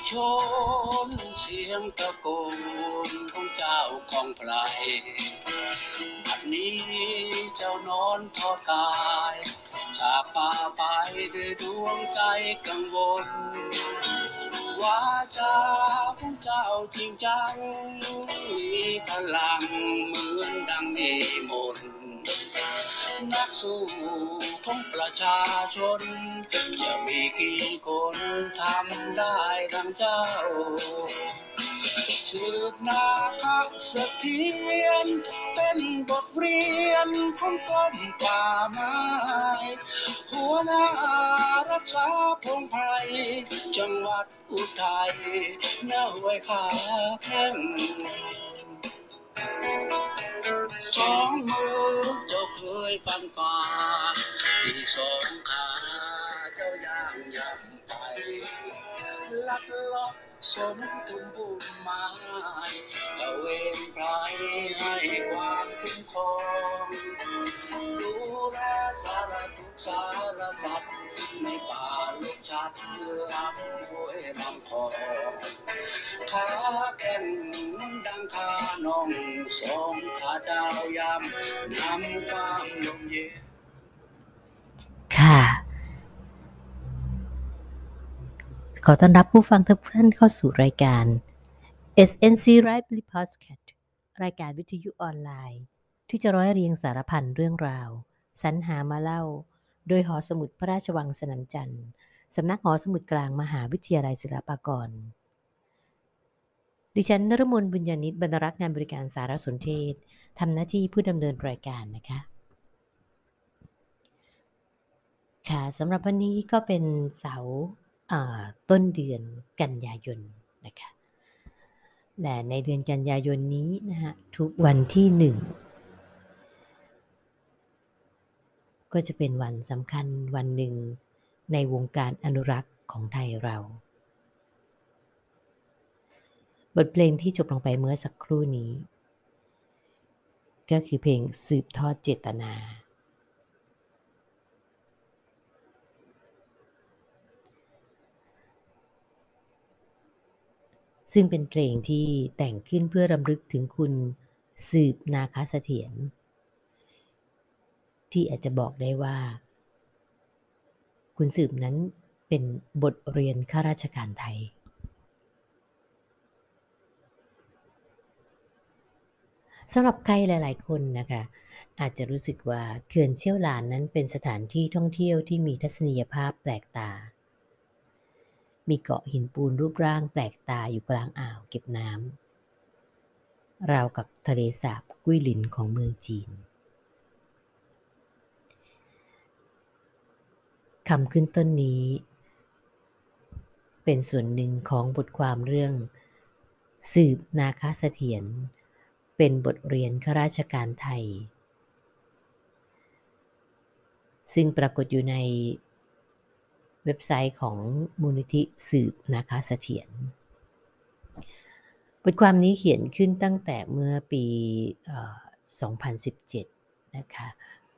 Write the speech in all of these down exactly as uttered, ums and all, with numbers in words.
ชนเสียงตะโกนของเจ้าของไพรบัดนี้เจ้านอนทอดกายจากป่าไปด้วยดวงใจกังวลวาจาของเจ้าจริงจังมีพลังเหมือนดังมีมนต์นักสู้ของประชาชนจะมีกี่คนทำได้ดังเจ้าสืบนาคเสถียรเป็นบทเรียนของกรมป่าไม้หัวหน้ารักษาพงไพรจังหวัดอุทัยนาห้วยขาแข้งสองมือเจ้าเคยฟันฝ่าที่สองขาเจ้าย่างย่ำไปลัดเลาะสมทุมบุญไม้ตะเวนไพรให้ความคุ้มครองดูแลสารทุกสารสัตว์ในป่าลูกชัดลำห้วยลำคลองขาแข้งดังขานองสองขาเจ้ายำนำความลมเย็นค่ะขอต้อนรับผู้ฟังทุกท่านเข้าสู่รายการ เอส เอ็น ซี Library Podcast รายการวิทยุออนไลน์ที่จะร้อยเรียงสารพันเรื่องราวสรรหามาเล่าโดยหอสมุดพระราชวังสนามจันทร์สำนักหอสมุดกลางมหาวิทยาลัยศิลปากรดิฉันนฤมลบุญญานิตบรรณารักษ์งานบริการสารสนเทศทำหน้าที่ผู้ดำเนินรายการนะคะค่ะสำหรับวันนี้ก็เป็นเสาร์ต้นเดือนกันยายนนะคะและในเดือนกันยายนนี้นะฮะทุกวันที่หนึ่งก็จะเป็นวันสำคัญวันหนึ่งในวงการอนุรักษ์ของไทยเราบทเพลงที่จบลงไปเมื่อสักครู่นี้ก็คือเพลงสืบทอดเจตนาซึ่งเป็นเพลงที่แต่งขึ้นเพื่อรำลึกถึงคุณสืบนาคเสถียรที่อาจจะบอกได้ว่าคุณสืบนั้นเป็นบทเรียนข้าราชการไทยสำหรับใครหลายๆคนนะคะอาจจะรู้สึกว่าเขื่อนเชี่ยวหลานนั้นเป็นสถานที่ท่องเที่ยวที่มีทัศนียภาพแปลกตามีเกาะหินปูนรูปร่างแปลกตาอยู่กลางอ่าวเก็บน้ำราวกับทะเลสาบกุ้ยหลินของเมืองจีนคำขึ้นต้นนี้เป็นส่วนหนึ่งของบทความเรื่องสืบนาคเสถียรเป็นบทเรียนข้าราชการไทยซึ่งปรากฏอยู่ในเว็บไซต์ของมูลนิธิสืบนาคเสถียรบทความนี้เขียนขึ้นตั้งแต่เมื่อปีสองพันสิบเจ็ดนะคะ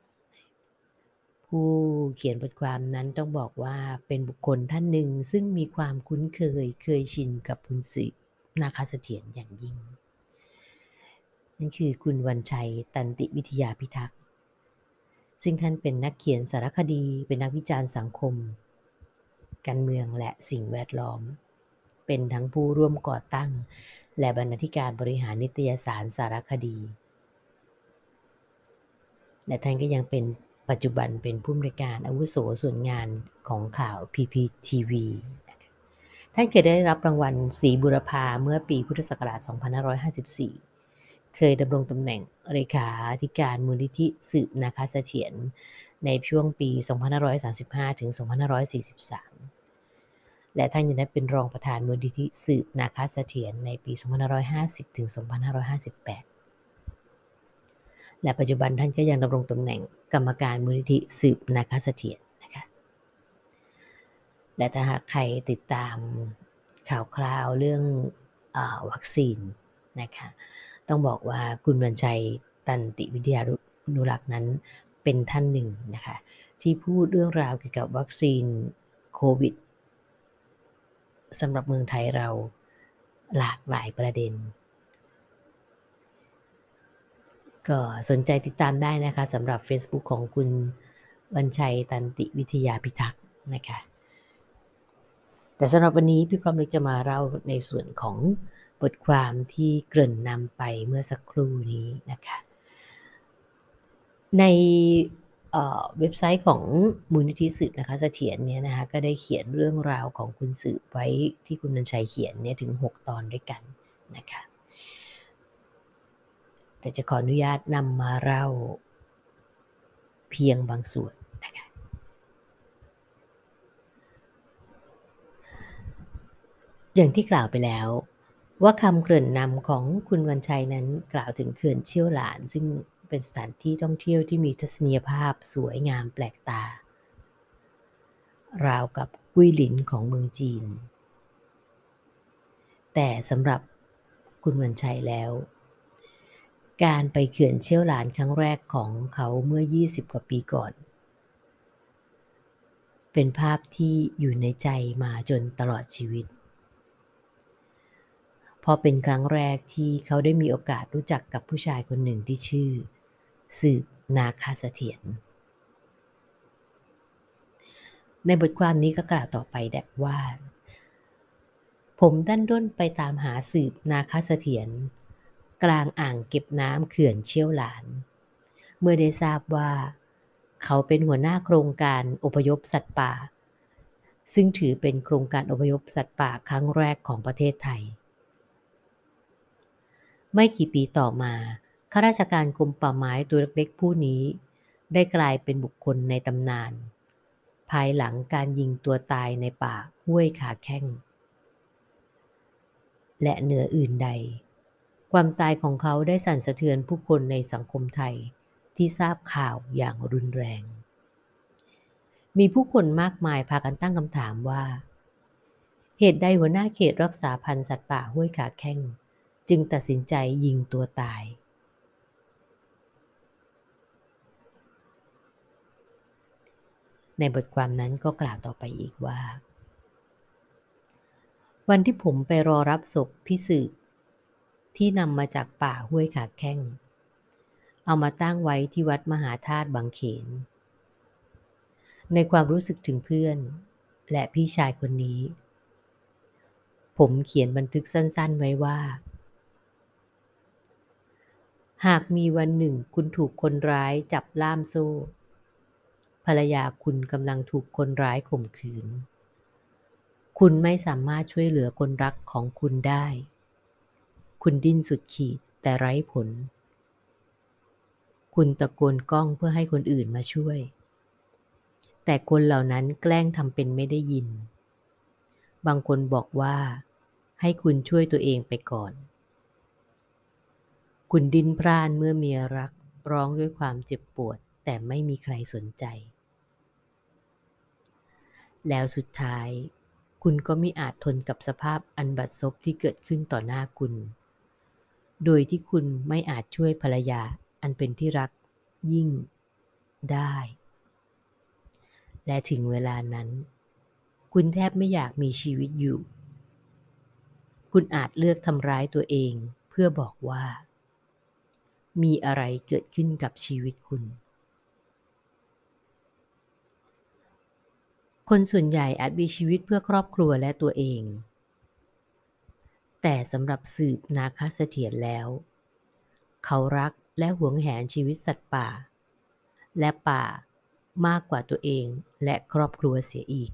ผู้เขียนบทความนั้นต้องบอกว่าเป็นบุคคลท่านหนึ่งซึ่งมีความคุ้นเคยเคยชินกับคุณสืบนาคเสถียรอย่างยิ่งนั่นคือคุณวันชัยตันติวิทยาพิทักษ์ซึ่งท่านเป็นนักเขียนสารคดีเป็นนักวิจารณ์สังคมการเมืองและสิ่งแวดล้อมเป็นทั้งผู้ร่วมก่อตั้งและบรรณาธิการบริหารนิตยสารสารคดีและท่านก็ยังเป็นปัจจุบันเป็นผู้อำนวยการอาวุโสส่วนงานของข่าว พี พี ที วี ท่านเคยได้รับรางวัลศรีบุรพาเมื่อปีพุทธศักราชสองพันห้าร้อยห้าสิบสี่เคยดำรงตำแหน่งเลขาธิการมูลนิธิสืบนาคเสถียรในช่วงปีสองพันห้าร้อยสามสิบห้าถึงสองพันห้าร้อยสี่สิบสามและท่านยังได้เป็นรองประธานมูลนิธิสืบนาคเสถียรในปีสองพันห้าร้อยห้าสิบถึงสองพันห้าร้อยห้าสิบแปดและปัจจุบันท่านก็ยังดำรงตำแหน่งกรรมการมูลนิธิสืบนาคเสถียรนะคะและถ้าหากใครติดตามข่าวคราวเรื่องอ่าวัคซีนนะคะต้องบอกว่าคุณวันชัยตันติวิทยานุรักษ์นั้นเป็นท่านหนึ่งนะคะที่พูดเรื่องราวเกี่ยวกับวัคซีนโควิดสำหรับเมืองไทยเราหลากหลายประเด็นก็สนใจติดตามได้นะคะสำหรับ Facebook ของคุณวันชัยตันติวิทยาพิทักษ์นะคะแต่สำหรับวันนี้พี่พร้อมเลยจะมาเล่าในส่วนของบทความที่เกริ่นนำไปเมื่อสักครู่นี้นะคะในเเว็บไซต์ของมูลนิธิสืบนะคะเสถียรเนี่ยนะคะก็ได้เขียนเรื่องราวของคุณสืบไว้ที่คุณนันชัยเขียนเนี่ยถึงหกตอนด้วยกันนะคะแต่จะขออนุญาตนำมาเล่าเพียงบางส่วนนะคะอย่างที่กล่าวไปแล้วว่าคำเกริ่นนำของคุณวันชัยนั้นกล่าวถึงเขื่อนเชี่ยวหลานซึ่งเป็นสถานที่ท่องเที่ยวที่มีทัศนียภาพสวยงามแปลกตาราวกับกุ้ยหลินของเมืองจีนแต่สำหรับคุณวันชัยแล้วการไปเขื่อนเชี่ยวหลานครั้งแรกของเขาเมื่อยี่สิบกว่าปีก่อนเป็นภาพที่อยู่ในใจมาจนตลอดชีวิตพอเป็นครั้งแรกที่เขาได้มีโอกาสรู้จักกับผู้ชายคนหนึ่งที่ชื่อสืบนาคาเสถียรในบทความนี้ก็กล่าวต่อไปแบบว่าผมดันด้นไปตามหาสืบนาคาเสถียรกลางอ่างเก็บน้ำเขื่อนเชี่ยวหลานเมื่อได้ทราบว่าเขาเป็นหัวหน้าโครงการอพยพสัตว์ป่าซึ่งถือเป็นโครงการอพยพสัตว์ป่าครั้งแรกของประเทศไทยไม่กี่ปีต่อมาข้าราชการกรมป่าไม้ตัวเล็กๆผู้นี้ได้กลายเป็นบุคคลในตำนานภายหลังการยิงตัวตายในป่าห้วยขาแข้งและเหนืออื่นใดความตายของเขาได้สั่นสะเทือนผู้คนในสังคมไทยที่ทราบข่าวอย่างรุนแรงมีผู้คนมากมายพากันตั้งคำถามว่าเหตุใดหัวหน้าเขตรักษาพันธุ์สัตว์ป่าห้วยขาแข้งจึงตัดสินใจยิงตัวตายในบทความนั้นก็กล่าวต่อไปอีกว่าวันที่ผมไปรอรับศพพี่สืบที่นำมาจากป่าห้วยขาแข้งเอามาตั้งไว้ที่วัดมหาธาตุบางเขนในความรู้สึกถึงเพื่อนและพี่ชายคนนี้ผมเขียนบันทึกสั้นๆไว้ว่าหากมีวันหนึ่งคุณถูกคนร้ายจับล่ามโซ่ภรรยาคุณกำลังถูกคนร้ายข่มขืนคุณไม่สามารถช่วยเหลือคนรักของคุณได้คุณดิ้นสุดขีดแต่ไร้ผลคุณตะโกนก้องเพื่อให้คนอื่นมาช่วยแต่คนเหล่านั้นแกล้งทำเป็นไม่ได้ยินบางคนบอกว่าให้คุณช่วยตัวเองไปก่อนคุณดิ้นพร่านเมื่อเมียรักร้องด้วยความเจ็บปวดแต่ไม่มีใครสนใจแล้วสุดท้ายคุณก็มิอาจทนกับสภาพอันบัดซบที่เกิดขึ้นต่อหน้าคุณโดยที่คุณไม่อาจช่วยภรรยาอันเป็นที่รักยิ่งได้และถึงเวลานั้นคุณแทบไม่อยากมีชีวิตอยู่คุณอาจเลือกทำร้ายตัวเองเพื่อบอกว่ามีอะไรเกิดขึ้นกับชีวิตคุณคนส่วนใหญ่อาจมีชีวิตเพื่อครอบครัวและตัวเองแต่สำหรับสืบนาคเสถียรแล้วเขารักและหวงแหนชีวิตสัตว์ป่าและป่ามากกว่าตัวเองและครอบครัวเสียอีก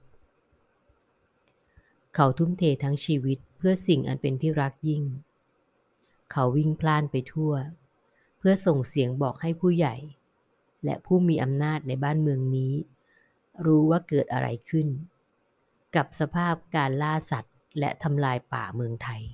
เขาทุ่มเททั้งชีวิตเพื่อสิ่งอันเป็นที่รักยิ่งเขาวิ่งพล่านไปทั่วเพื่อส่งเสียงบอกให้ผู้ใหญ่และผู้มีอำนาจในบ้านเมืองนี้รู้ว่าเกิดอะไรขึ้นกับสภาพการล่าสัตว์และทำลายป่าเมืองไทย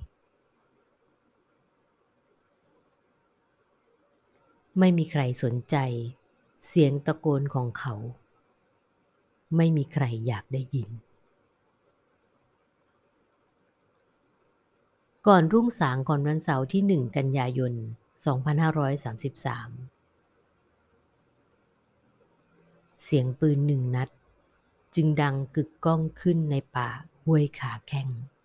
ไม่มีใครสนใจเสียงตะโกนของเขาไม่มีใครอยากได้ยินก่อนรุ่งสางก่อนวันเสาร์ที่หนึ่งกันยายนสองพันห้าร้อยสามสิบสามเสียงปืนหนึ่งนัดจึงดังกึกก้องขึ้นในป่าห้วยขาแข้ง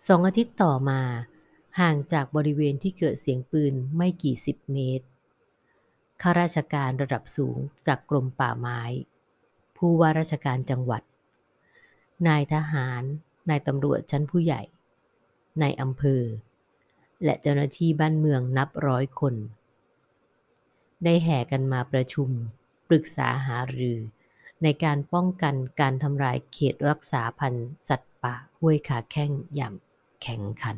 สองอาทิตย์ต่อมาห่างจากบริเวณที่เกิดเสียงปืนไม่กี่สิบเมตรข้าราชการระดับสูงจากกรมป่าไม้ผู้ว่าราชการจังหวัดนายทหารนายตำรวจชั้นผู้ใหญ่นายอำเภอและเจ้าหน้าที่บ้านเมืองนับร้อยคนได้แห่กันมาประชุมปรึกษาหารือในการป้องกันการทำลายเขตรักษาพันธุ์สัตว์ป่าห้วยขาแข้งอย่างแข็งขัน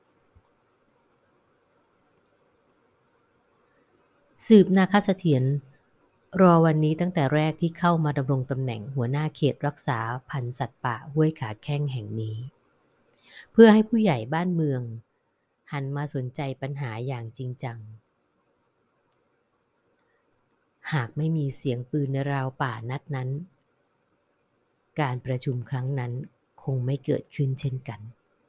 สืบนาคเสถียรรอวันนี้ตั้งแต่แรกที่เข้ามาดำรงตำแหน่งหัวหน้าเขตรักษาพันธุ์สัตว์ป่าห้วยขาแข้งแห่งนี้เพื่อให้ผู้ใหญ่บ้านเมืองหันมาสนใจปัญหาอย่างจริงจังหากไม่มีเสียงปืนในราวป่านัดนั้นการประชุมครั้งนั้นคงไม่เกิดขึ้นเช่นกัน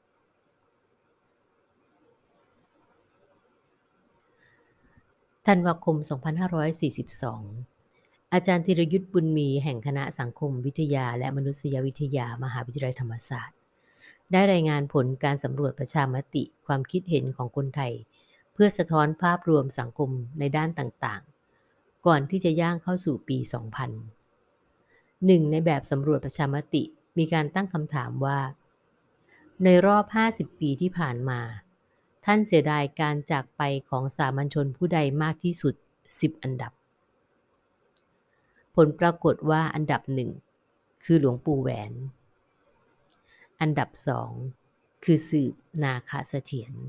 ธันวาคม สองพันห้าร้อยสี่สิบสอง อาจารย์ธีรยุทธบุญมีแห่งคณะสังคมวิทยาและมนุษยวิทยามหาวิทยาลัยธรรมศาสตร์ได้รายงานผลการสำรวจประชามติความคิดเห็นของคนไทยเพื่อสะท้อนภาพรวมสังคมในด้านต่างๆก่อนที่จะย่างเข้าสู่ปี สองพัน หนึ่งในแบบสำรวจประชามติมีการตั้งคำถามว่าในรอบห้าสิบปีที่ผ่านมาท่านเสียดายการจากไปของสามัญชนผู้ใดมากที่สุดสิบอันดับผลปรากฏว่าอันดับหนึ่งคือหลวงปู่แหวนอันดับสองคือสืบนาคเสถียร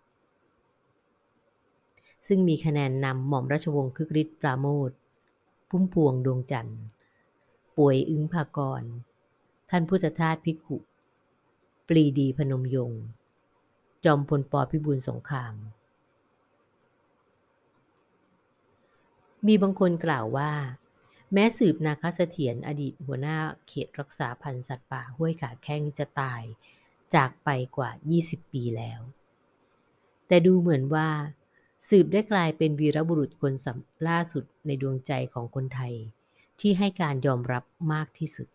ซึ่งมีคะแนนนำหม่อมราชวงศ์คึกฤทธิ์ปราโมทย์พุ่มพวงดวงจันทร์ป่วยอึ้งภากรท่านพุทธทาสภิกขุปรีดีพนมยงค์จอมพลป.พิบูลสงครามมีบางคนกล่าวว่าแม้สืบนาคเสถียรอดีตหัวหน้าเขตรักษาพันธุ์สัตว์ป่าห้วยขาแข้งจะตายจากไปกว่ายี่สิบปีแล้วแต่ดูเหมือนว่าสืบได้กลายเป็นวีรบุรุษคนล่าสุดในดวงใจของคนไทยที่ให้การยอมรับมากที่สุด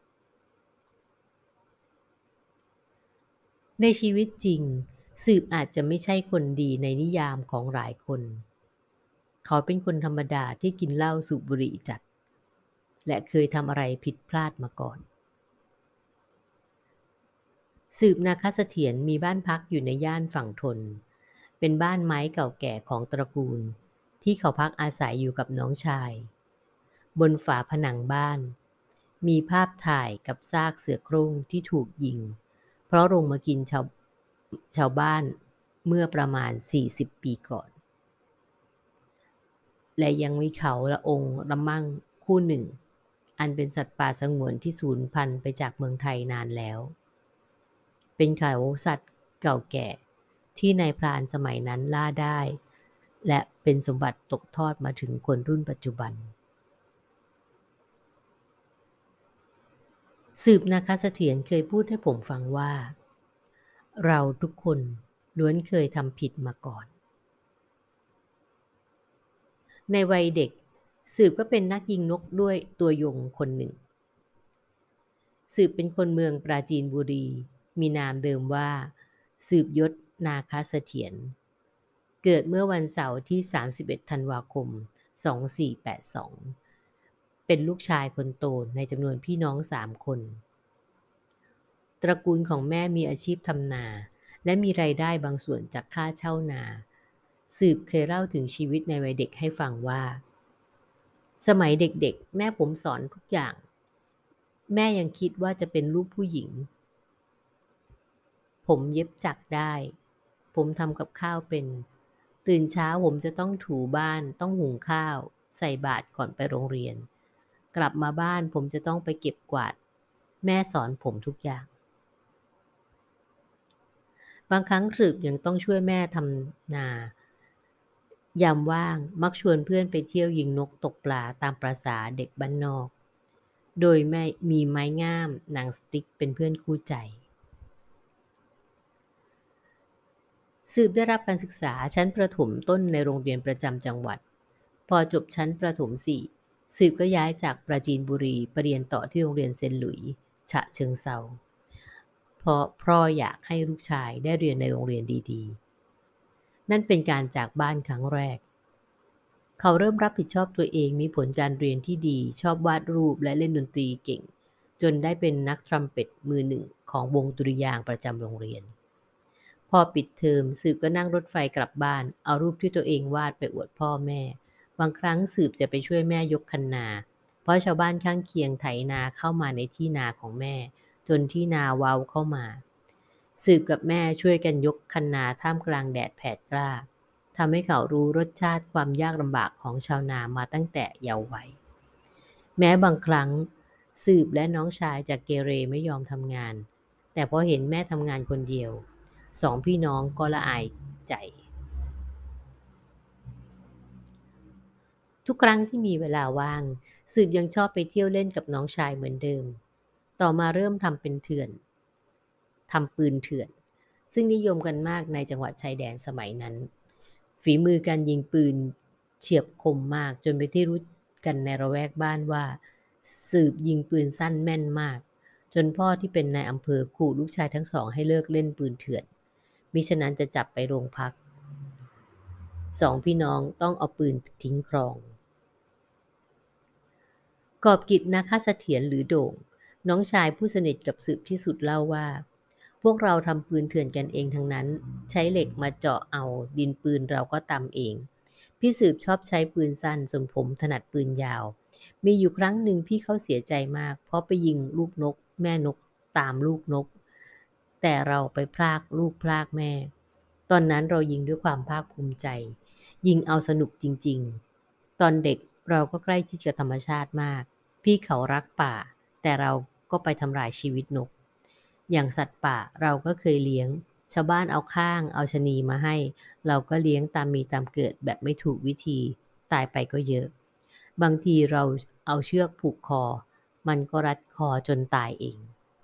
ในชีวิตจริงสืบอาจจะไม่ใช่คนดีในนิยามของหลายคนเขาเป็นคนธรรมดาที่กินเหล้าสูบบุหรี่จัดและเคยทำอะไรผิดพลาดมาก่อนสืบนาคเสถียรมีบ้านพักอยู่ในย่านฝั่งทนเป็นบ้านไม้เก่าแก่ของตระกูลที่เขาพักอาศัยอยู่กับน้องชายบนฝาผนังบ้านมีภาพถ่ายกับซากเสือโคร่งที่ถูกยิงเพราะลงมากินชาวชาวบ้านเมื่อประมาณสี่สิบปีก่อนและยังมีเขาละองละมั่งคู่หนึ่งอันเป็นสัตว์ป่าสงวนที่สูญพันธุ์ไปจากเมืองไทยนานแล้วเป็นเขาสัตว์เก่าแก่ที่นายพรานสมัยนั้นล่าได้และเป็นสมบัติตกทอดมาถึงคนรุ่นปัจจุบันสืบนาคเสถียรเคยพูดให้ผมฟังว่าเราทุกคนล้วนเคยทำผิดมาก่อนในวัยเด็กสืบก็เป็นนักยิงนกด้วยตัวยงคนหนึ่งสืบเป็นคนเมืองปราจีนบุรีมีนามเดิมว่าสืบยศนาคเสถียรเกิดเมื่อวันเสาร์ที่สามสิบเอ็ดธันวาคมสองพันสี่ร้อยแปดสิบสองเป็นลูกชายคนโตในจำนวนพี่น้องสามคนตระกูลของแม่มีอาชีพทำนาและมีรายได้บางส่วนจากค่าเช่านาสืบเคยเล่าถึงชีวิตในวัยเด็กให้ฟังว่าสมัยเด็กๆแม่ผมสอนทุกอย่างแม่ยังคิดว่าจะเป็นลูกผู้หญิงผมเย็บจักรได้ผมทำกับข้าวเป็นตื่นเช้าผมจะต้องถูบ้านต้องหุงข้าวใส่บาตรก่อนไปโรงเรียนกลับมาบ้านผมจะต้องไปเก็บกวาดแม่สอนผมทุกอย่างบางครั้งสืบยังต้องช่วยแม่ทำนายามว่างมักชวนเพื่อนไปเที่ยวยิงนกตกปลาตามประสาเด็กบ้านนอกโดยไม่มีไม้ง่ามหนังสติ๊กเป็นเพื่อนคู่ใจสืบได้รับการศึกษาชั้นประถมต้นในโรงเรียนประจำจังหวัดพอจบชั้นประถมสี่สืบก็ย้ายจากปราจีนบุรีไปเรียนต่อที่โรงเรียนเซนต์หลุยส์ฉะเชิงเทราเพราะพ่ออยากให้ลูกชายได้เรียนในโรงเรียนดีๆนั่นเป็นการจากบ้านครั้งแรกเขาเริ่มรับผิดชอบตัวเองมีผลการเรียนที่ดีชอบวาดรูปและเล่นดนตรีเก่งจนได้เป็นนักทรัมเป็ตมือหนึ่งของวงดุริยางค์ประจำโรงเรียนพอปิดเทอมสืบก็นั่งรถไฟกลับบ้านเอารูปที่ตัวเองวาดไปอวดพ่อแม่บางครั้งสืบจะไปช่วยแม่ยกคันนาเพราะชาวบ้านข้างเคียงไถนาเข้ามาในที่นาของแม่จนที่นาเว้าเข้ามาสืบกับแม่ช่วยกันยกคันนาท่ามกลางแดดแผดกล้าทำให้เขารู้รสชาติความยากลำบากของชาวนามาตั้งแต่เยาว์วัยแม้บางครั้งสืบและน้องชายจะเกเรไม่ยอมทำงานแต่พอเห็นแม่ทำงานคนเดียวสองพี่น้องก็ละอายใจทุกครั้งที่มีเวลาว่างสืบยังชอบไปเที่ยวเล่นกับน้องชายเหมือนเดิมต่อมาเริ่มทำเป็นเถื่อนทำปืนเถื่อนซึ่งนิยมกันมากในจังหวัดชายแดนสมัยนั้นฝีมือการยิงปืนเฉียบคมมากจนเป็นที่รู้กันในระแวกบ้านว่าสืบยิงปืนสั้นแม่นมากจนพ่อที่เป็นนายอำเภอขู่ลูกชายทั้งสองให้เลิกเล่นปืนเถื่อนมิฉะนั้นจะจับไปโรงพักสองพี่น้องต้องเอาปืนทิ้งคลองกอบกิจนาคเสถียรหรือโด่งน้องชายผู้สนิทกับสืบที่สุดเล่าว่าพวกเราทำปืนเถื่อนกันเองทั้งนั้นใช้เหล็กมาเจาะเอาดินปืนเราก็ตำเองพี่สืบชอบใช้ปืนสั้นส่วนผมถนัดปืนยาวมีอยู่ครั้งหนึ่งพี่เขาเสียใจมากเพราะไปยิงลูกนกแม่นกตามลูกนกแต่เราไปพรากลูกพรากแม่ตอนนั้นเรายิงด้วยความภาคภูมิใจยิงเอาสนุกจริงๆตอนเด็กเราก็ใกล้ชิดกับธรรมชาติมากพี่เขารักป่าแต่เราก็ไปทำลายชีวิตนกอย่างสัตว์ป่าเราก็เคยเลี้ยงชาวบ้านเอาข้างเอาชะนีมาให้เราก็เลี้ยงตามมีตามเกิดแบบไม่ถูกวิธีตายไปก็เยอะบางทีเราเอาเชือกผูกคอมันก็รัดคอจนตายเอง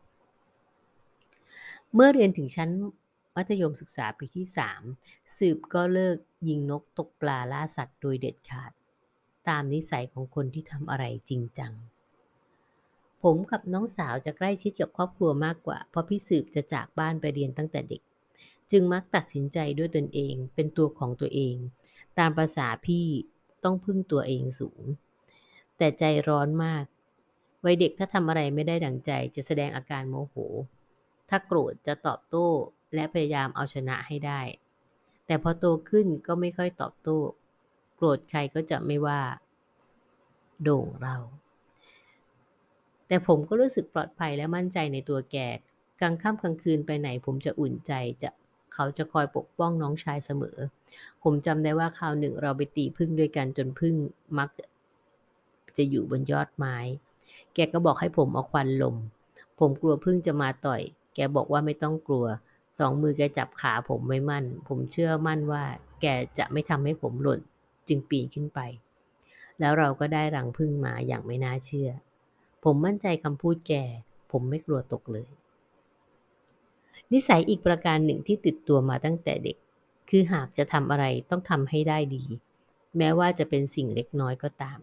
เมื่อเรียนถึงชั้นมัธยมศึกษาปีที่สามสืบก็เลิกยิงนกตกปลาล่าสัตว์โดยเด็ดขาดตามนิสัยของคนที่ทำอะไรจริงจังผมกับน้องสาวจะใกล้ชิดกับครอบครัวมากกว่าเพราะพี่สืบจะจากบ้านไปเรียนตั้งแต่เด็กจึงมักตัดสินใจด้วยตนเองเป็นตัวของตัวเองตามประสาพี่ต้องพึ่งตัวเองสูงแต่ใจร้อนมากวัยเด็กถ้าทำอะไรไม่ได้ดั่งใจจะแสดงอาการโมโหถ้าโกรธจะตอบโต้และพยายามเอาชนะให้ได้แต่พอโตขึ้นก็ไม่ค่อยตอบโต้โกรธใครก็จะไม่ว่าโด่งเราแต่ผมก็รู้สึกปลอดภัยและมั่นใจในตัวแกกลางค่ำกลางคืนไปไหนผมจะอุ่นใจจะเขาจะคอยปกป้องน้องชายเสมอผมจำได้ว่าคราวหนึ่งเราไปตีผึ้งด้วยกันจนผึ้งมักจะจะอยู่บนยอดไม้แกก็บอกให้ผมเอาควันลมผมกลัวผึ้งจะมาต่อยแกบอกว่าไม่ต้องกลัวสองมือแกจับขาผมไว้มั่นผมเชื่อมั่นว่าแกจะไม่ทำให้ผมหล่นจึงปีนขึ้นไปแล้วเราก็ได้รังผึ้งมาอย่างไม่น่าเชื่อผมมั่นใจคำพูดแกผมไม่กลัวตกเลยนิสัยอีกประการหนึ่งที่ติดตัวมาตั้งแต่เด็กคือหากจะทำอะไรต้องทำให้ได้ดีแม้ว่าจะเป็นสิ่งเล็กน้อยก็ตาม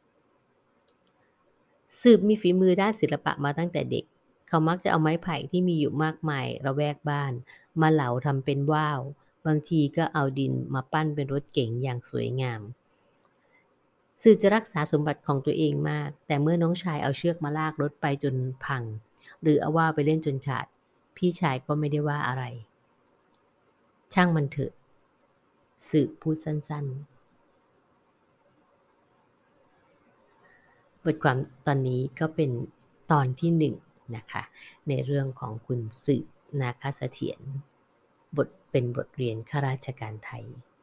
สืบมีฝีมือด้านศิลปะมาตั้งแต่เด็กเขามักจะเอาไม้ไผ่ที่มีอยู่มากมายระแวกบ้านมาเหลาทำเป็นว่าวบางทีก็เอาดินมาปั้นเป็นรถเก๋งอย่างสวยงามสืบจะรักษาสมบัติของตัวเองมากแต่เมื่อน้องชายเอาเชือกมาลากรถไปจนพังหรือเอาว่าวไปเล่นจนขาดพี่ชายก็ไม่ได้ว่าอะไรช่างมันเถอะสืบพูดสั้นๆบทความตอนนี้ก็เป็นตอนที่หนึ่งนะคะในเรื่องของคุณสืบนาคเสถียรบทเป็นบทเรียนข้าราชการไทย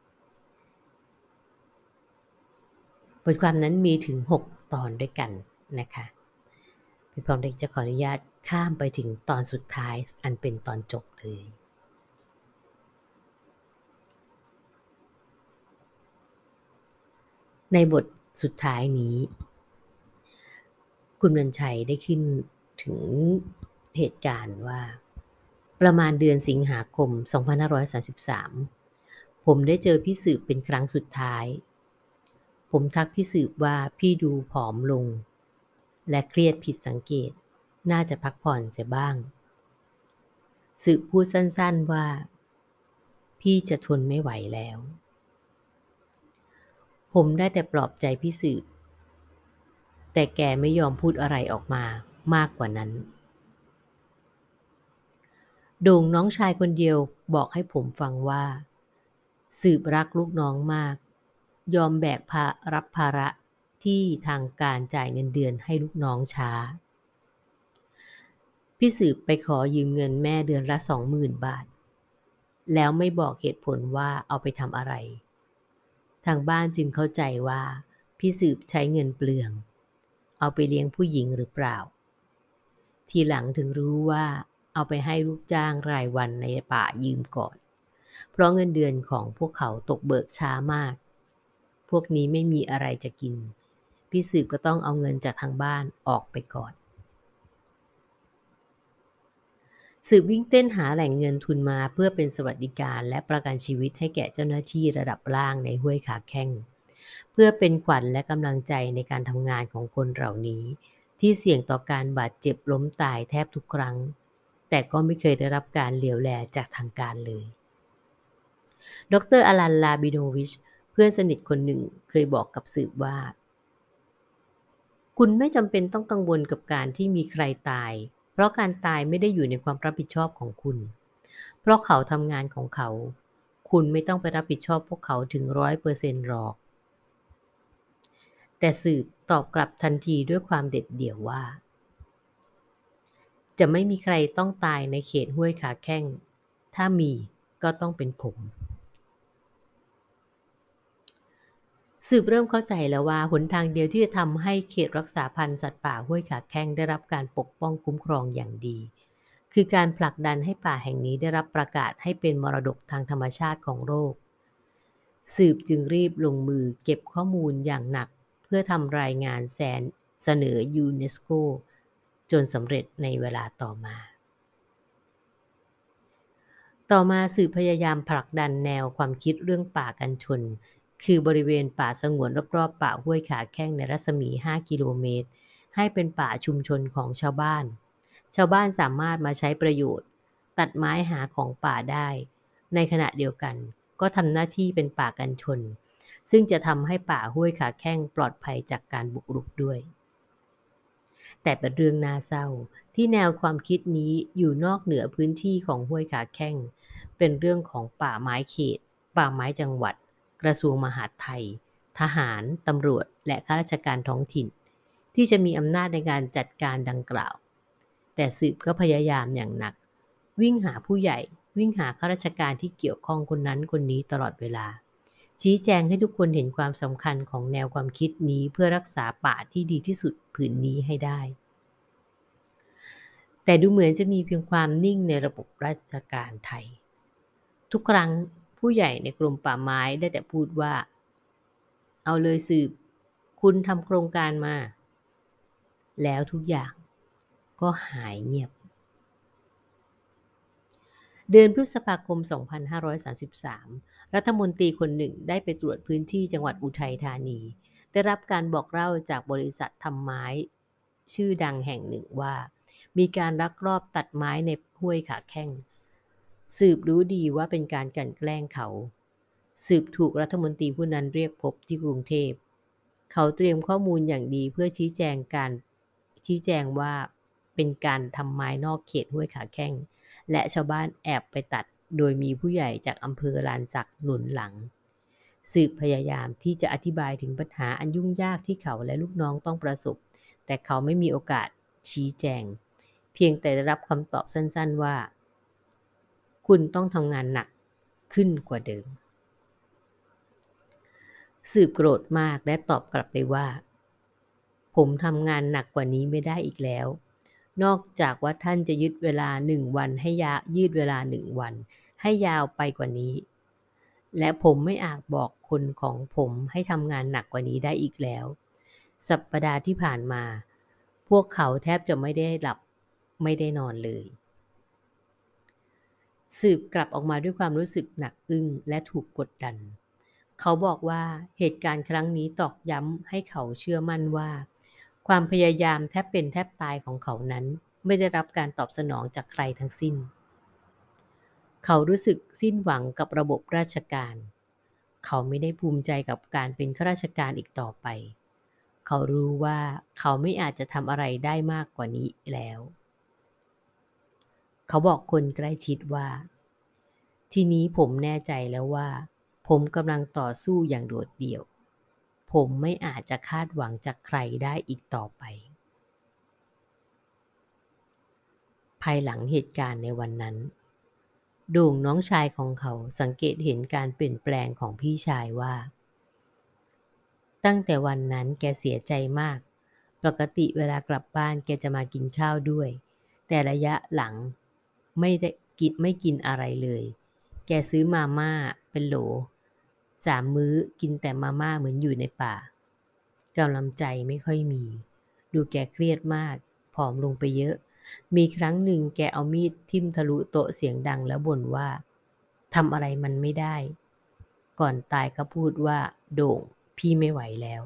บทความนั้นมีถึงหกตอนด้วยกันนะคะพี่พร้อมเด็กจะขออนุญาตข้ามไปถึงตอนสุดท้ายอันเป็นตอนจบเลยในบทสุดท้ายนี้คุณวรรณชัยได้ขึ้นถึงเหตุการณ์ว่าประมาณเดือนสิงหาคมสองพันห้าร้อยสามสิบสามผมได้เจอพี่สืบเป็นครั้งสุดท้ายผมทักพี่สืบว่าพี่ดูผอมลงและเครียดผิดสังเกตน่าจะพักผ่อนเสียบ้างสืบพูดสั้นๆว่าพี่จะทนไม่ไหวแล้วผมได้แต่ปลอบใจพี่สืบแต่แกไม่ยอมพูดอะไรออกมามากกว่านั้นโด่งน้องชายคนเดียวบอกให้ผมฟังว่าสืบรักลูกน้องมากยอมแบกภารับภาระที่ทางการจ่ายเงินเดือนให้ลูกน้องช้าพี่สืบไปขอยืมเงินแม่เดือนละสองหมื่นบาทแล้วไม่บอกเหตุผลว่าเอาไปทำอะไรทางบ้านจึงเข้าใจว่าพี่สืบใช้เงินเปลืองเอาไปเลี้ยงผู้หญิงหรือเปล่าทีหลังถึงรู้ว่าเอาไปให้ลูกจ้างรายวันในป่ายืมก่อนเพราะเงินเดือนของพวกเขาตกเบิกช้ามากพวกนี้ไม่มีอะไรจะกินพี่สืบก็ต้องเอาเงินจากทางบ้านออกไปก่อนสืบวิ่งเต้นหาแหล่งเงินทุนมาเพื่อเป็นสวัสดิการและประกันชีวิตให้แก่เจ้าหน้าที่ระดับล่างในห้วยขาแข้งเพื่อเป็นขวัญและกำลังใจในการทำงานของคนเหล่านี้ที่เสี่ยงต่อการบาดเจ็บล้มตายแทบทุกครั้งแต่ก็ไม่เคยได้รับการเหลียวแลจากทางการเลยดรอลัน ลาบิโนวิชเพื่อนสนิทคนหนึ่งเคยบอกกับสืบว่าคุณไม่จำเป็นต้องกังวลกับการที่มีใครตายเพราะการตายไม่ได้อยู่ในความรับผิดชอบของคุณเพราะเขาทำงานของเขาคุณไม่ต้องไปรับผิดชอบพวกเขาถึง ร้อยเปอร์เซ็นต์ หรอกแต่สืบตอบกลับทันทีด้วยความเด็ดเดี่ยวว่าจะไม่มีใครต้องตายในเขตห้วยขาแข้งถ้ามีก็ต้องเป็นผมสืบเริ่มเข้าใจแล้วว่าหนทางเดียวที่จะทำให้เขตรักษาพันธุ์สัตว์ป่าห้วยขาแข้งได้รับการปกป้องคุ้มครองอย่างดีคือการผลักดันให้ป่าแห่งนี้ได้รับประกาศให้เป็นมรดกทางธรรมชาติของโลกสืบจึงรีบลงมือเก็บข้อมูลอย่างหนักเพื่อทำรายงานแสนเสนอยูเนสโกจนสำเร็จในเวลาต่อมาต่อมาสืบพยายามผลักดันแนวความคิดเรื่องป่ากันชนคือบริเวณป่าสงวนรอบๆป่าห้วยขาแข้งในรัศมีห้ากิโลเมตรให้เป็นป่าชุมชนของชาวบ้านชาวบ้านสามารถมาใช้ประโยชน์ตัดไม้หาของป่าได้ในขณะเดียวกันก็ทำหน้าที่เป็นป่ากันชนซึ่งจะทำให้ป่าห้วยขาแข้งปลอดภัยจากการบุกรุกด้วยแต่เป็นเรื่องน่าเศร้าที่แนวความคิดนี้อยู่นอกเหนือพื้นที่ของห้วยขาแข้งเป็นเรื่องของป่าไม้เขตป่าไม้จังหวัดกระทรวงมหาดไทยทหารตำรวจและข้าราชการท้องถิ่นที่จะมีอำนาจในการจัดการดังกล่าวแต่สืบก็พยายามอย่างหนักวิ่งหาผู้ใหญ่วิ่งหาข้าราชการที่เกี่ยวข้องคนนั้นคนนี้ตลอดเวลาชี้แจงให้ทุกคนเห็นความสำคัญของแนวความคิดนี้เพื่อรักษาป่าที่ดีที่สุดผืนนี้ให้ได้แต่ดูเหมือนจะมีเพียงความนิ่งในระบบราชการไทยทุกครั้งผู้ใหญ่ในกรมป่าไม้ได้แต่พูดว่าเอาเลยสืบคุณทำโครงการมาแล้วทุกอย่างก็หายเงียบเดือนพฤษภาคม สองพันห้าร้อยสามสิบสาม รัฐมนตรีคนหนึ่งได้ไปตรวจพื้นที่จังหวัดอุทัยธานีได้รับการบอกเล่าจากบริษัททำไม้ชื่อดังแห่งหนึ่งว่ามีการลักลอบตัดไม้ในห้วยขาแข้งสืบรู้ดีว่าเป็นการกลั่นแกล้งเขาสืบถูกรัฐมนตรีผู้นั้นเรียกพบที่กรุงเทพเขาเตรียมข้อมูลอย่างดีเพื่อชี้แจงการชี้แจงว่าเป็นการทำไม้นอกเขตห้วยขาแข้งและชาวบ้านแอบไปตัดโดยมีผู้ใหญ่จากอำเภอลานสักหนุนหลังสืบพยายามที่จะอธิบายถึงปัญหาอันยุ่งยากที่เขาและลูกน้องต้องประสบแต่เขาไม่มีโอกาสชี้แจงเพียงแต่ได้รับคำตอบสั้นๆว่าคุณต้องทำงานหนักขึ้นกว่าเดิมสืบโกรธมากและตอบกลับไปว่าผมทำงานหนักกว่านี้ไม่ได้อีกแล้วนอกจากว่าท่านจะยึดเวลาหนึ่งวันให้ยายืดเวลาหนึ่งวันให้ยาวไปกว่านี้และผมไม่อาจบอกคนของผมให้ทำงานหนักกว่านี้ได้อีกแล้วสัปดาห์ที่ผ่านมาพวกเขาแทบจะไม่ได้หลับไม่ได้นอนเลยสืบกลับออกมาด้วยความรู้สึกหนักอึ้งและถูกกดดันเขาบอกว่าเหตุการณ์ครั้งนี้ตอกย้ำให้เขาเชื่อมั่นว่าความพยายามแทบเป็นแทบตายของเขานั้นไม่ได้รับการตอบสนองจากใครทั้งสิ้นเขารู้สึกสิ้นหวังกับระบบราชการ เขาไม่ได้ภูมิใจกับการเป็นข้าราชการอีกต่อไป เขารู้ว่าเขาไม่อาจจะทำอะไรได้มากกว่านี้แล้ว เขาบอกคนใกล้ชิดว่า ทีนี้ผมแน่ใจแล้วว่า ผมกำลังต่อสู้อย่างโดดเดี่ยว ผมไม่อาจจะคาดหวังจากใครได้อีกต่อไป ภายหลังเหตุการณ์ในวันนั้น โด่งน้องชายของเขาสังเกตเห็นการเปลี่ยนแปลงของพี่ชายว่า ตั้งแต่วันนั้นแกเสียใจมาก ปกติเวลากลับบ้านแกจะมากินข้าวด้วย แต่ระยะหลังไม่ได้กินไม่กินอะไรเลย แกซื้อมาม่าเป็นโหล สามมื้อกินแต่มาม่าเหมือนอยู่ในป่ากำลังใจไม่ค่อยมี ดูแกเครียดมาก ผอมลงไปเยอะ มีครั้งหนึ่งแกเอามีดทิ่มทะลุโต๊ะเสียงดังแล้วบ่นว่าทำอะไรมันไม่ได้ ก่อนตายก็พูดว่าโด่งพี่ไม่ไหวแล้ว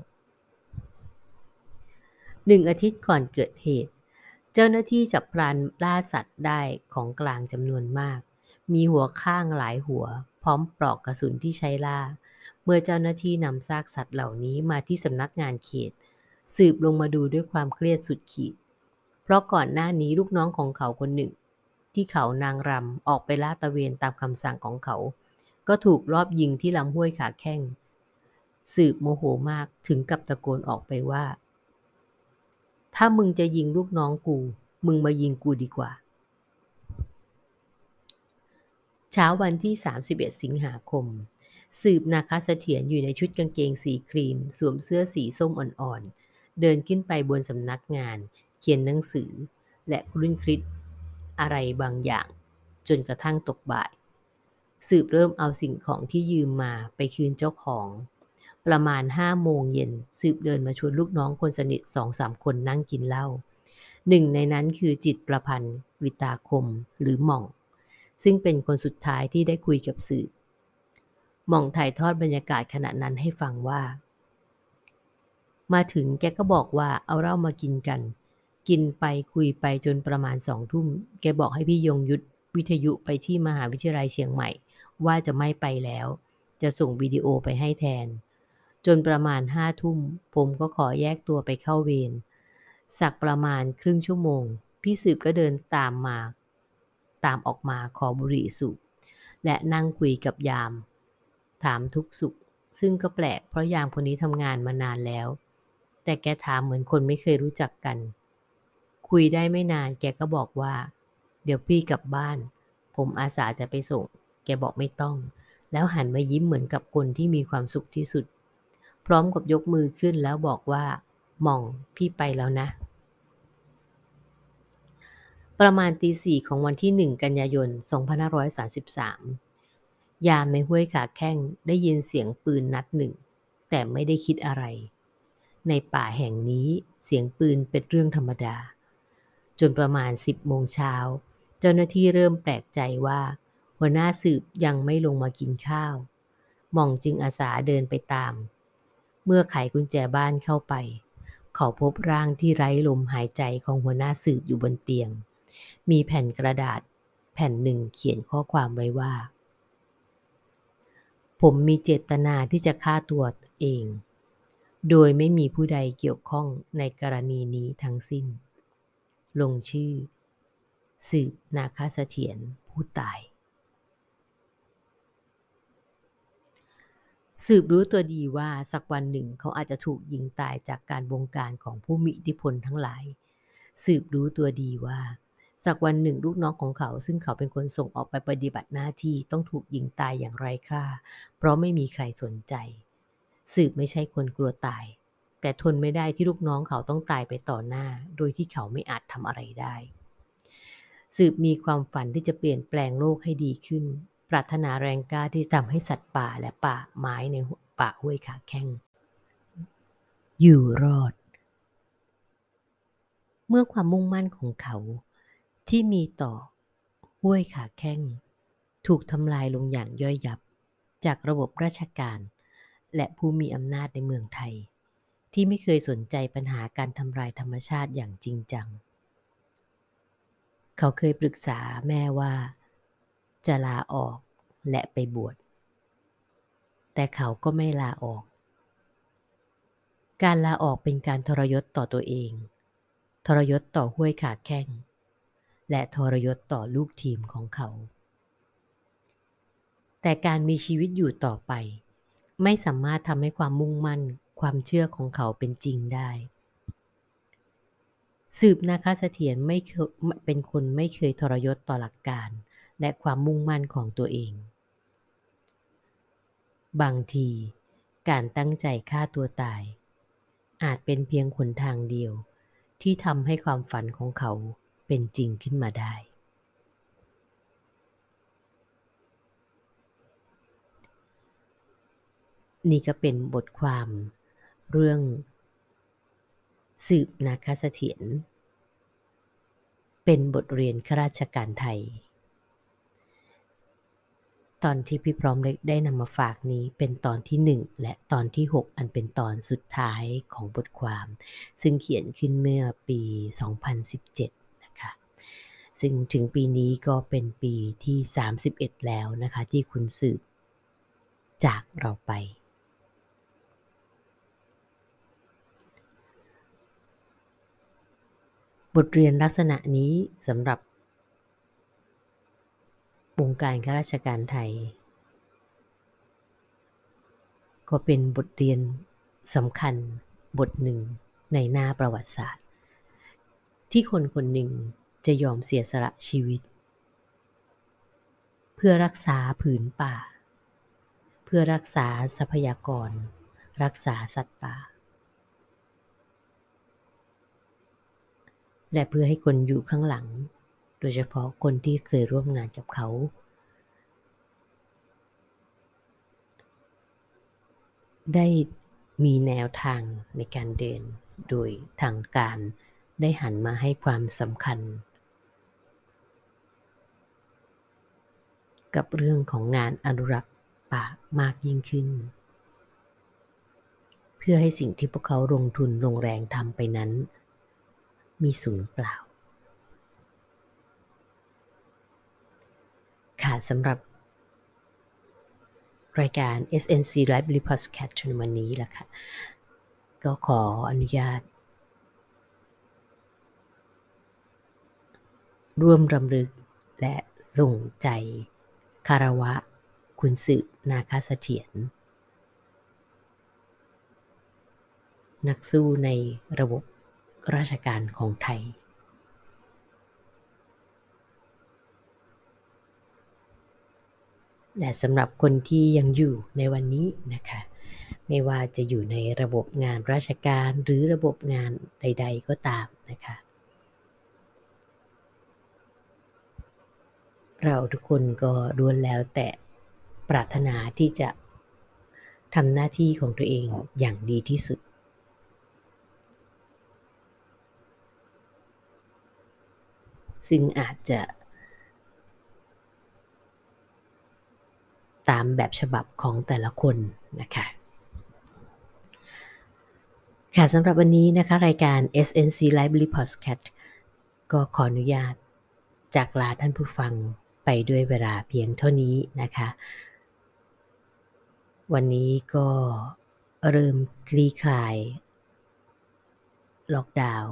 หนึ่งอาทิตย์ก่อนเกิดเหตุ เจ้าหน้าที่จับพรานล่าสัตว์ได้ของกลางจำนวนมาก มีหัวข้างหลายหัว พร้อมปลอกกระสุนที่ใช้ล่า เมื่อเจ้าหน้าที่นำซากสัตว์เหล่านี้มาที่สำนักงานเขต สืบลงมาดูด้วยความเครียดสุดขีด เพราะก่อนหน้านี้ลูกน้องของเขาคนหนึ่ง ที่เขานางรำออกไปลาดตระเวนตามคำสั่งของเขา ก็ถูกลอบยิงที่ลำห้วยขาแข้ง สืบโมโหมากถึงกับตะโกนออกไปว่า ถ้ามึงจะยิงลูกน้องกู มึงมายิงกูดีกว่า เช้าวันที่ สามสิบเอ็ด สิงหาคม สืบนาคเสถียรอยู่ในชุดกางเกงสีครีม สวมเสื้อสีส้มอ่อนๆ เดินขึ้นไปบนสำนักงาน เขียนหนังสือ และครุ่นคิดอะไรบางอย่าง จนกระทั่งตกบ่าย สืบเริ่มเอาสิ่งของที่ยืมมาไปคืนเจ้าของ ประมาณห้าโมงเย็น สืบเดินมาชวนลูกน้องคนสนิท สองสาม คนนั่งกินเหล้า หนึ่งในนั้นคือจิตรพันธ์ กฤตาคม หรือหม่อง ซึ่งเป็นคนสุดท้ายที่ได้คุยกับสืบ หม่องถ่ายทอดบรรยากาศขณะนั้นให้ฟังว่า มาถึงแกก็บอกว่าเอาเหล้ามากินกัน กินไปคุยไปจนประมาณสองทุ่ม แกบอกให้พี่ยงยุทธวิทยุไปที่มหาวิทยาลัยเชียงใหม่ ว่าจะไม่ไปแล้ว จะส่งวิดีโอไปให้แทน จนประมาณห้าทุ่ม ผมก็ขอแยกตัวไปเข้าเวร สักประมาณครึ่งชั่วโมง พี่สืบก็เดินตามมา ตามออกมาขอบุหรี่สูบ และนั่งคุยกับยาม ถามทุกสุข ซึ่งก็แปลกเพราะยามคนนี้ทำงานมานานแล้ว แต่แกถามเหมือนคนไม่เคยรู้จักกัน คุยได้ไม่นานแกก็บอกว่า เดี๋ยวพี่กลับบ้าน ผมอาสาจะไปส่ง แกบอกไม่ต้อง แล้วหันมายิ้มเหมือนกับคนที่มีความสุขที่สุด พร้อมกับยกมือขึ้นแล้วบอกว่าหม่องพี่ไปแล้วนะ ประมาณตีสี่ของวันที่หนึ่งกันยายน สองพันห้าร้อยสามสิบสาม ยามในห้วยขาแข้งได้ยินเสียงปืนนัดหนึ่ง แต่ไม่ได้คิดอะไร ในป่าแห่งนี้เสียงปืนเป็นเรื่องธรรมดา จนประมาณ สิบโมงเช้า เจ้าหน้าที่เริ่มแปลกใจว่าหัวหน้าสืบยังไม่ลงมากินข้าวหม่องจึงอาสาเดินไปตาม เมื่อไขกุญแจบ้านเข้าไป เขาพบร่างที่ไร้ลมหายใจของหัวหน้าสืบอยู่บนเตียง มีแผ่นกระดาษแผ่นหนึ่งเขียนข้อความไว้ว่า ผมมีเจตนาที่จะฆ่าตัวเอง โดยไม่มีผู้ใดเกี่ยวข้องในกรณีนี้ทั้งสิ้น ลงชื่อ สืบนาคเสถียรผู้ตาย สืบรู้ตัวดีว่าสักวันหนึ่งเขาอาจจะถูกยิงตายจากการบงการของผู้มีอิทธิพลทั้งหลาย สืบรู้ตัวดีว่าสักวันหนึ่งลูกน้องของเขาซึ่งเขาเป็นคนส่งออกไปปฏิบัติหน้าที่ต้องถูกยิงตายอย่างไร้ค่าเพราะไม่มีใครสนใจ สืบไม่ใช่คนกลัวตาย แต่ทนไม่ได้ที่ลูกน้องเขาต้องตายไปต่อหน้าโดยที่เขาไม่อาจทำอะไรได้ สืบมีความฝันที่จะเปลี่ยนแปลงโลกให้ดีขึ้น ปรารถนาแรงกล้าที่จะทำให้สัตว์ป่าและป่าไม้ในป่าห้วยขาแข้งอยู่รอด เมื่อความมุ่งมั่นของเขาที่มีต่อห้วยขาแข้งถูกทำลายลงอย่างย่อยยับจากระบบราชการและผู้มีอำนาจในเมืองไทยที่ไม่เคยสนใจปัญหาการทำลายธรรมชาติอย่างจริงจังเขาเคยปรึกษาแม่ว่าจะลาออกและไปบวชแต่เขาก็ไม่ลาออกการลาออกเป็นการทรยศต่อตัวเองทรยศต่อห้วยขาแข้งและทรยศต่อลูกทีมของเขาแต่การมีชีวิตอยู่ต่อไปไม่สามารถทำให้ความมุ่งมั่นความเชื่อของเขาเป็นจริงได้สืบนาคเสถียรไม่เป็นคนไม่เคยทรยศต่อหลักการและความมุ่งมั่นของตัวเองบางทีการตั้งใจฆ่าตัวตายอาจเป็นเพียงหนทางเดียวที่ทำให้ความฝันของเขาเป็นจริงขึ้นมาได้นี่ก็เป็นบทความเรื่องสืบนาคเสถียรเป็นบทเรียนข้าราชการไทยตอนที่พี่พร้อมเล็กได้นำมาฝากนี้เป็นตอนที่หนึ่งและตอนที่หกอันเป็นตอนสุดท้ายของบทความซึ่งเขียนขึ้นเมื่อปีสองพันสิบเจ็ดนะคะซึ่งถึงปีนี้ก็เป็นปีที่สามสิบเอ็ดแล้วนะคะที่คุณสืบจากเราไปบทเรียนลักษณะนี้สำหรับวงการข้าราชการไทยก็เป็นบทเรียนสำคัญบทหนึ่งในหน้าประวัติศาสตร์ที่คนคนหนึ่งจะยอมเสียสละชีวิตเพื่อรักษาผืนป่าเพื่อรักษาทรัพยากรรักษาสัตว์ป่าและเพื่อให้คนอยู่ข้างหลังโดยเฉพาะคนที่เคยร่วมงานกับเขาได้มีแนวทางในการเดินโดยทางการได้หันมาให้ความสำคัญกับเรื่องของงานอนุรักษ์ป่ามากยิ่งขึ้นเพื่อให้สิ่งที่พวกเขาลงทุนลงแรงทำไปนั้นมีสูญเปล่าค่ะสำหรับรายการ เอส เอ็น ซี Library Podcast ในวันนี้ล่ะค่ะก็ขออนุญาตร่วมรำลึกและส่งใจคารวะคุณสืบนาคเสถียรนักสู้ในระบบราชการของไทยและสำหรับคนที่ยังอยู่ในวันนี้นะคะไม่ว่าจะอยู่ในระบบงานราชการหรือระบบงานใดๆก็ตามนะคะเราทุกคนก็ล้วนแล้วแต่ปรารถนาที่จะทำหน้าที่ของตัวเองอย่างดีที่สุดซึ่งอาจจะตามแบบฉบับของแต่ละคนนะคะค่ะสำหรับวันนี้นะคะรายการ เอส เอ็น ซี Library Podcast ก็ขออนุญาตจากลาท่านผู้ฟังไปด้วยเวลาเพียงเท่านี้นะคะวันนี้ก็เริ่มคลี่คลายล็อกดาวน์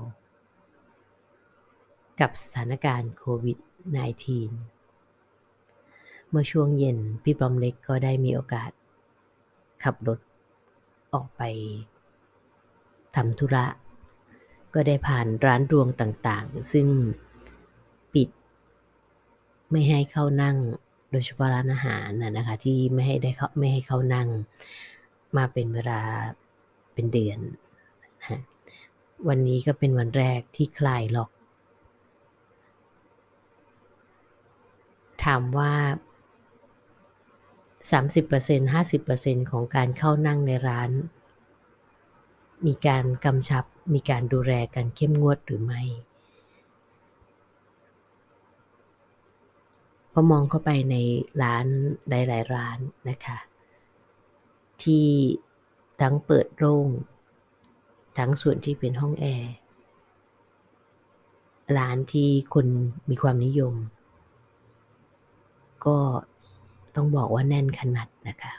กับสถานการณ์โควิด สิบเก้า เมื่อช่วงเย็นพี่ปอมเล็กก็ได้มีโอกาสขับรถออกไปทำธุระก็ได้ผ่านร้านรวงต่างๆซึ่งปิดไม่ให้เข้านั่งโดยเฉพาะร้านอาหารนะนะคะที่ไม่ให้ได้เข้าไม่ให้เข้านั่งมาเป็นเวลาเป็นเดือนนะวันนี้ก็เป็นวันแรกที่คลายล็อกถามว่า สามสิบเปอร์เซ็นต์ ห้าสิบเปอร์เซ็นต์ ของการเข้านั่งในร้านมีการกำชับมีการดูแลกันเข้มงวดหรือไม่พอมองเข้าไปในร้านหลายๆร้านนะคะที่ทั้งเปิดโล่งทั้งส่วนที่เป็นห้องแอร์ร้านที่คนมีความนิยมก็ก็ต้องบอกว่าแน่นขนาดนะคะ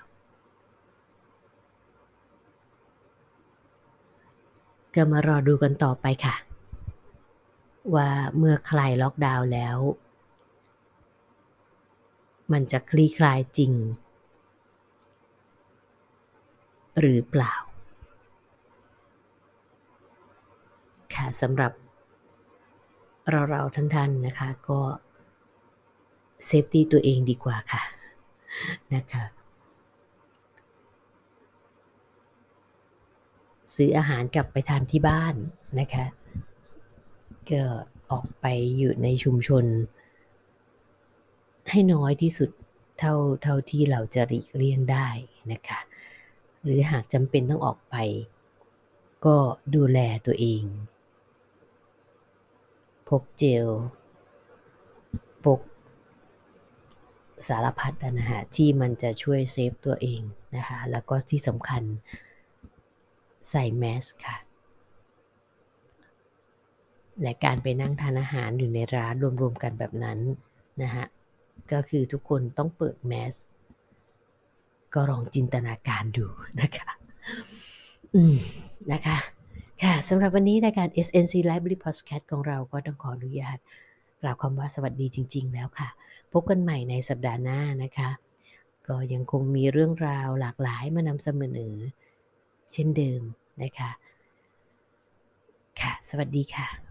ก็มารอดูกันต่อไปค่ะว่าเมื่อคลายล็อกดาวน์แล้วมันจะคลี่คลายจริงหรือเปล่าค่ะสำหรับเราๆท่านๆนะคะก็เซฟตี้ตัวเองดีกว่าค่ะนะคะซื้ออาหารกลับไปทานที่บ้านนะคะก็ออกไปอยู่ในชุมชนให้น้อยที่สุดเท่าเท่าที่เราจะหลีกเลี่ยงได้นะคะหรือหากจำเป็นต้องออกไปก็ดูแลตัวเองพกเจลพกสารพัดนะฮะที่มันจะช่วยเซฟตัวเองนะคะแล้วก็ที่สำคัญใส่แมสค่ะและการไปนั่งทานอาหารอยู่ในร้านรวมๆกันแบบนั้นนะฮะก็คือทุกคนต้องเปิดแมสก็ลองจินตนาการดูนะคะอืมนะคะค่ะสำหรับวันนี้รายการ เอส เอ็น ซี Library Podcast ของเราก็ต้องขออนุญาตกล่าวคำว่าสวัสดีจริงๆแล้วค่ะพบกันใหม่ในสัปดาห์หน้านะคะก็ยังคงมีเรื่องราวหลากหลายมานำเสนอเช่นเดิมนะคะค่ะสวัสดีค่ะ